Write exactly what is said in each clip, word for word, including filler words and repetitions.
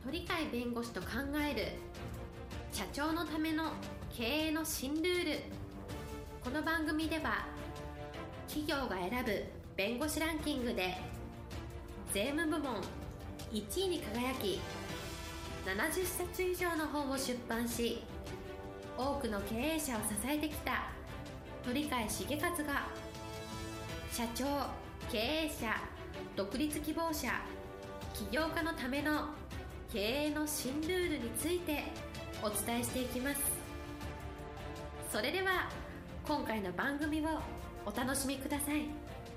鳥飼弁護士と考える社長のための経営の新ルール。この番組では企業が選ぶ弁護士ランキングで税務部門いちいに輝き、ななじゅっさつ以上の本を出版し、多くの経営者を支えてきた鳥飼茂勝が、社長、経営者、独立希望者、起業家のための経営の新ルールについてお伝えしていきます。それでは今回の番組をお楽しみください。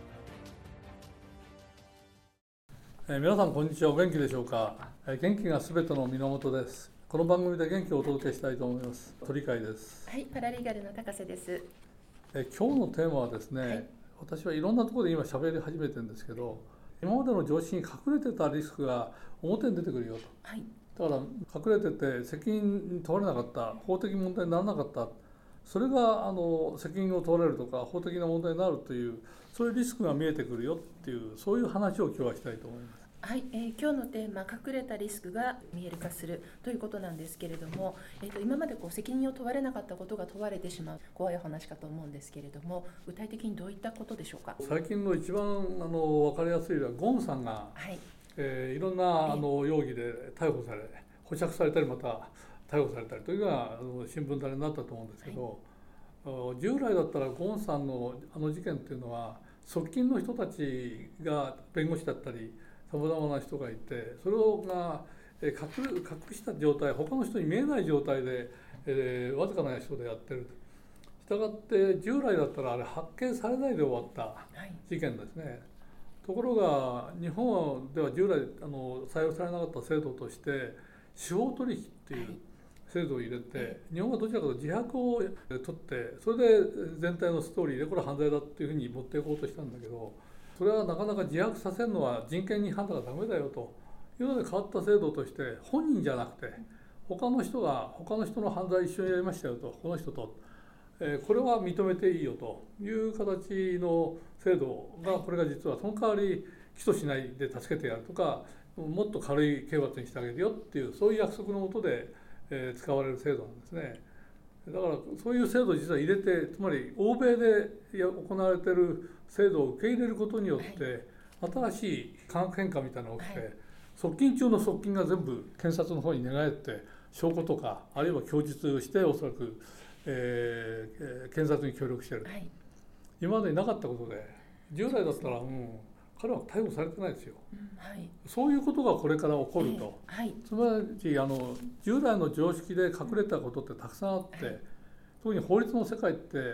えー、皆さんこんにちは。お元気でしょうか。えー、元気がすべての源です。この番組で元気をお届けしたいと思います。鳥飼です。 はい、パラリーガルの高瀬です。 えー、今日のテーマはですね、はい、私はいろんなところで今喋り始めてるんですけど、今までの常識に隠れてたリスクが表に出てくるよと、はい、だから隠れてて責任に問われなかった、法的問題にならなかった、それがあの責任を問われるとか法的な問題になるという、そういうリスクが見えてくるよっていう、そういう話を今日はしたいと思います。 はい、えー、今日のテーマ、隠れたリスクが見える化するということなんですけれども、えー、と今までこう責任を問われなかったことが問われてしまう怖い話かと思うんですけれども、具体的にどういったことでしょうか。 最近の一番あの分かりやすいのは、ゴンさんが、はいえー、いろんなあの容疑で逮捕され、保釈されたりまた逮捕されたりというのがあの新聞垂れになったと思うんですけど、はい、従来だったらゴンさんのあの事件っていうのは、側近の人たちが弁護士だったりさまざまな人がいて、それをが 隠, 隠した状態、他の人に見えない状態で、えー、わずかな人でやってる。したがって従来だったらあれ発見されないで終わった事件ですね、はい、ところが日本では従来あの採用されなかった制度として司法取引っていう制度を入れて、はい、日本はどちらかというと自白を取って、それで全体のストーリーでこれは犯罪だっていうふうに持っていこうとしたんだけど、それはなかなか自白させるのは人権に反だからダメだよというので変わった制度として、本人じゃなくて他の人が他の人の犯罪一緒にやりましたよと、この人と、えー、これは認めていいよという形の制度が、これが実はその代わり起訴しないで助けてやるとか、もっと軽い刑罰にしてあげるよっていう、そういう約束のもとで、えー、使われる制度なんですね。だからそういう制度を実は入れて、つまり欧米で行われている制度を受け入れることによって、新しい化学変化みたいなのが起きて、はい、側近中の側近が全部検察の方に寝返って証拠とか、あるいは供述しておそらく、えー、検察に協力している、はい、今までになかったことで、従来だったら、うん、彼は逮捕されてないですよ、うんはい、そういうことがこれから起こると、えーはい、つまりあの従来の常識で隠れたことってたくさんあって、はい、特に法律の世界って、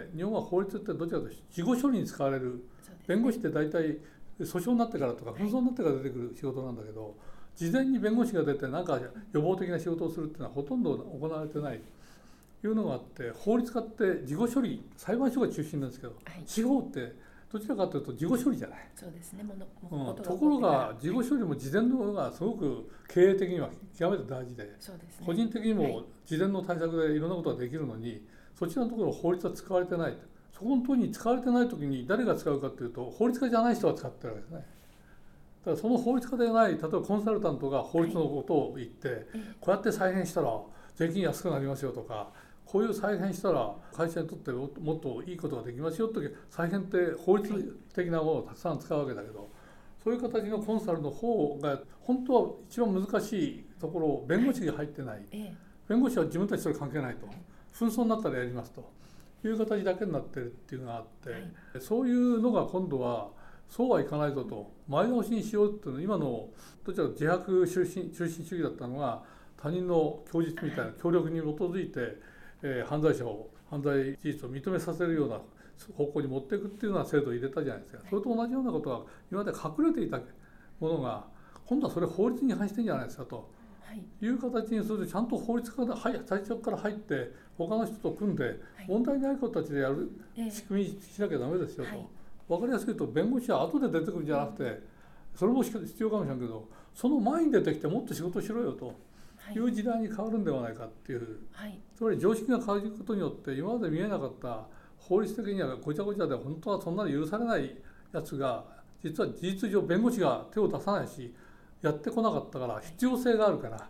日本は法律ってどちらかというと事後処理に使われる、ね、弁護士って大体訴訟になってからとか紛争になってから出てくる仕事なんだけど、事前に弁護士が出て何か予防的な仕事をするっていうのはほとんど行われてないというのがあって、法律家って事後処理、裁判所が中心なんですけど、はい、司法ってどちらかというと事後処理じゃない。 そうですね。もの、うん、ところが事後処理も事前の方がすごく経営的には極めて大事で、そうですね、個人的にも事前の対策でいろんなことができるのに、はい、そちらのところ法律は使われてない。そこのところに使われてないときに誰が使うかというと、法律家じゃない人が使ってるわけですね。だからその法律家でない、例えばコンサルタントが法律のことを言って、はい、こうやって再編したら税金安くなりますよとか、こういう再編したら会社にとってもっといいことができますよという、再編って法律的なものをたくさん使うわけだけど、そういう形のコンサルの方が本当は一番難しいところを弁護士が入ってない、弁護士は自分たちそれ関係ないと、紛争になったらやりますという形だけになってるっていうのがあって、はい、そういうのが今度はそうはいかないぞと、前倒しにしようっていうのは、今のどちらか自白中心中心主義だったのが、他人の供述みたいな協力に基づいて、えー、犯罪者を犯罪事実を認めさせるような方向に持っていくっていうような制度を入れたじゃないですか。それと同じようなことが今まで隠れていたものが、今度はそれ法律に違反してるんじゃないですかと、はい、いう形にすると、ちゃんと法律家が最初から入って他の人と組んで問題ない子たちでやる仕組みにしなきゃダメですよと、はい、分かりやすく言うと、弁護士は後で出てくるんじゃなくて、それも必要かもしれないけど、その前に出てきてもっと仕事しろよという時代に変わるんではないかっていう、はい、つまり常識が変わることによって、今まで見えなかった法律的にはごちゃごちゃで本当はそんなに許されないやつが、実は事実上弁護士が手を出さないしやってこなかったから、必要性があるから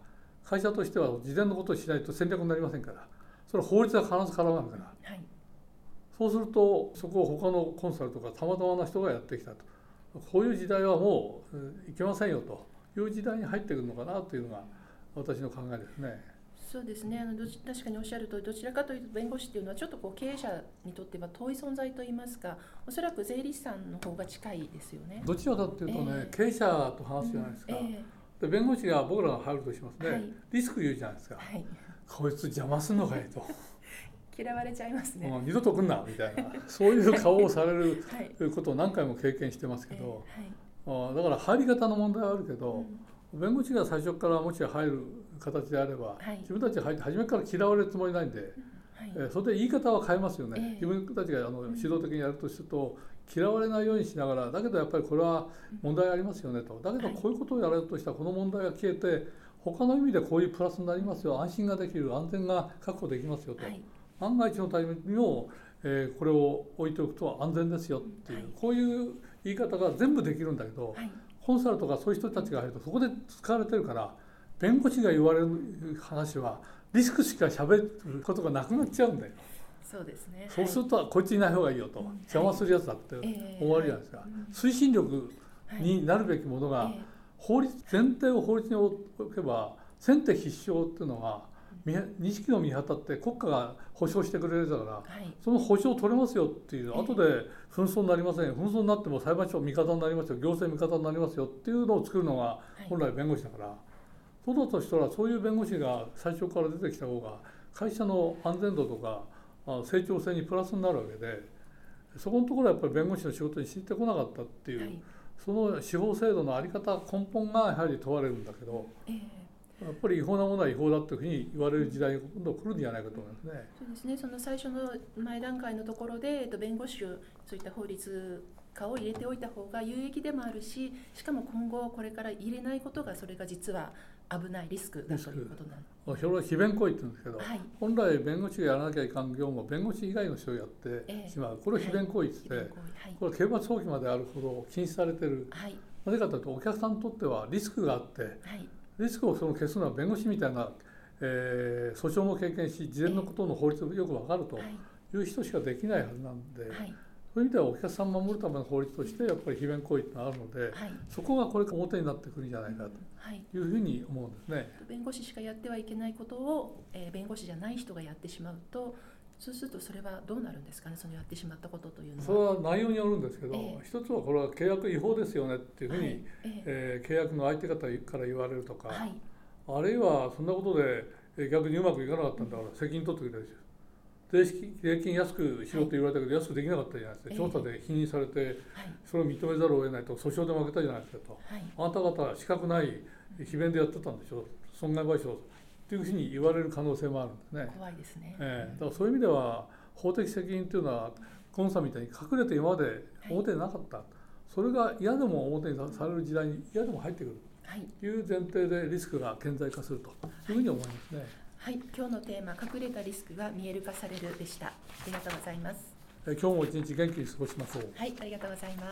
会社としては事前のことをしないと戦略になりませんから、それは法律は必ず絡まるから、はい、そうするとそこを他のコンサルとかたまたまな人がやってきたと、こういう時代はもういけませんよという時代に入ってくるのかなというのが私の考えですね。 そうですね、あのど確かにおっしゃるとおり、どちらかというと弁護士っていうのはちょっとこう経営者にとっては遠い存在といいますか、おそらく税理士さんの方が近いですよね。 どちらかというとね、えー、経営者と話すじゃないですか、うんえー、で弁護士が僕らが入るとしますね、はい、リスク言うじゃないですか、はい、こいつ邪魔すんのかいと嫌われちゃいますね、 もう二度と来んなみたいなそういう顔をされることを何回も経験してますけど、えーはい、だから入り方の問題はあるけど、うん、弁護士が最初からもし入る形であれば、はい、自分たちは初めから嫌われるつもりないんで、はいえー、それで言い方は変えますよね、えー、自分たちがあの指導的にやるとすると嫌われないようにしながら、だけどやっぱりこれは問題ありますよねと、だけどこういうことをやれるとしたらこの問題が消えて他の意味でこういうプラスになりますよ、安心ができる、安全が確保できますよと、はい、万が一のためにも、えー、これを置いておくと安全ですよっていう、はい、こういう言い方が全部できるんだけど、はい、コンサルとかそういう人たちが入るとそこで使われてるから、弁護士が言われる話はリスクしか喋ることがなくなっちゃうんだよ。 そうですね。 そうすると、はい、こいついない方がいいよと、うん、邪魔するやつだって思われるじゃないですか、はいえー、推進力になるべきものが、はい、法律前提を法律に置けば先手必勝っていうのは錦の御旗って国家が保障してくれるだから、はい、その保障取れますよっていう、後で紛争になりません、紛争になっても裁判所味方になりますよ、行政味方になりますよっていうのを作るのが本来弁護士だから、はい、そうだとしたらそういう弁護士が最初から出てきた方が会社の安全度とか成長性にプラスになるわけで、そこのところはやっぱり弁護士の仕事に知ってこなかったっていう、はい、その司法制度の在り方根本がやはり問われるんだけど、えーやっぱり違法なものは違法だというふうに言われる時代が今度来るんじゃないかと思いますね。 そうですね。その最初の前段階のところで、えっと、弁護士をそういった法律家を入れておいた方が有益でもあるし、しかも今後これから入れないことがそれが実は危ないリスクだということなの。 それは非弁行為って言うんですけど、はい、本来弁護士がやらなきゃいかん業務を弁護士以外の人がやってしまう、えー、これを非弁行為って言って、はい、これは刑罰送致まであるほど禁止されてる。はい、なぜかというとお客さんにとってはリスクがあって、はい、リスクをその消すのは弁護士みたいな、えー、訴訟も経験し事前のことの法律がよく分かるという人しかできないはずなんで、はい、そういう意味ではお客さんを守るための法律としてやっぱり非弁行為ってのがあるので、はい、そこがこれから表になってくるんじゃないかというふうに思うんですね。はい、 弁護士しかやってはいけないことを、えー、弁護士じゃない人がやってしまうと、そうするとそれはどうなるんですかね、そのやってしまったことというのは。 それは内容によるんですけど、えー、一つはこれは契約違法ですよねっていうふうに、はいえーえー、契約の相手方から言われるとか、はい、あるいはそんなことで逆にうまくいかなかったんだから責任取ってくれるですよ。税金安くしろと言われたけど安くできなかったじゃないですか、調査で否認されてそれを認めざるを得ないと訴訟で負けたじゃないですかと、はい、あなた方資格ない非弁でやってたんでしょ、損害賠償っていうふうに言われる可能性もあるんですね。 怖いですね、 えー、だからそういう意味では法的責任というのはコンサみたいに隠れて今まで表になかった、はい、それが嫌でも表にされる時代に嫌でも入ってくるという前提でリスクが顕在化するというふうに思いますね。 はい、今日のテーマ、隠れたリスクが見える化されるでした。ありがとうございます。 え今日も一日元気に過ごしましょう。 はい、ありがとうございます。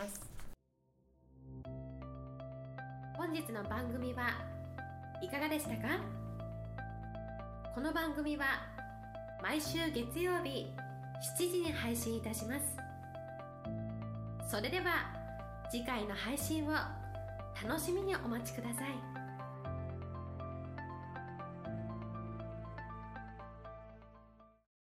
本日の番組はいかがでしたか？この番組は毎週月曜日しちじに配信いたします。それでは次回の配信を楽しみにお待ちください。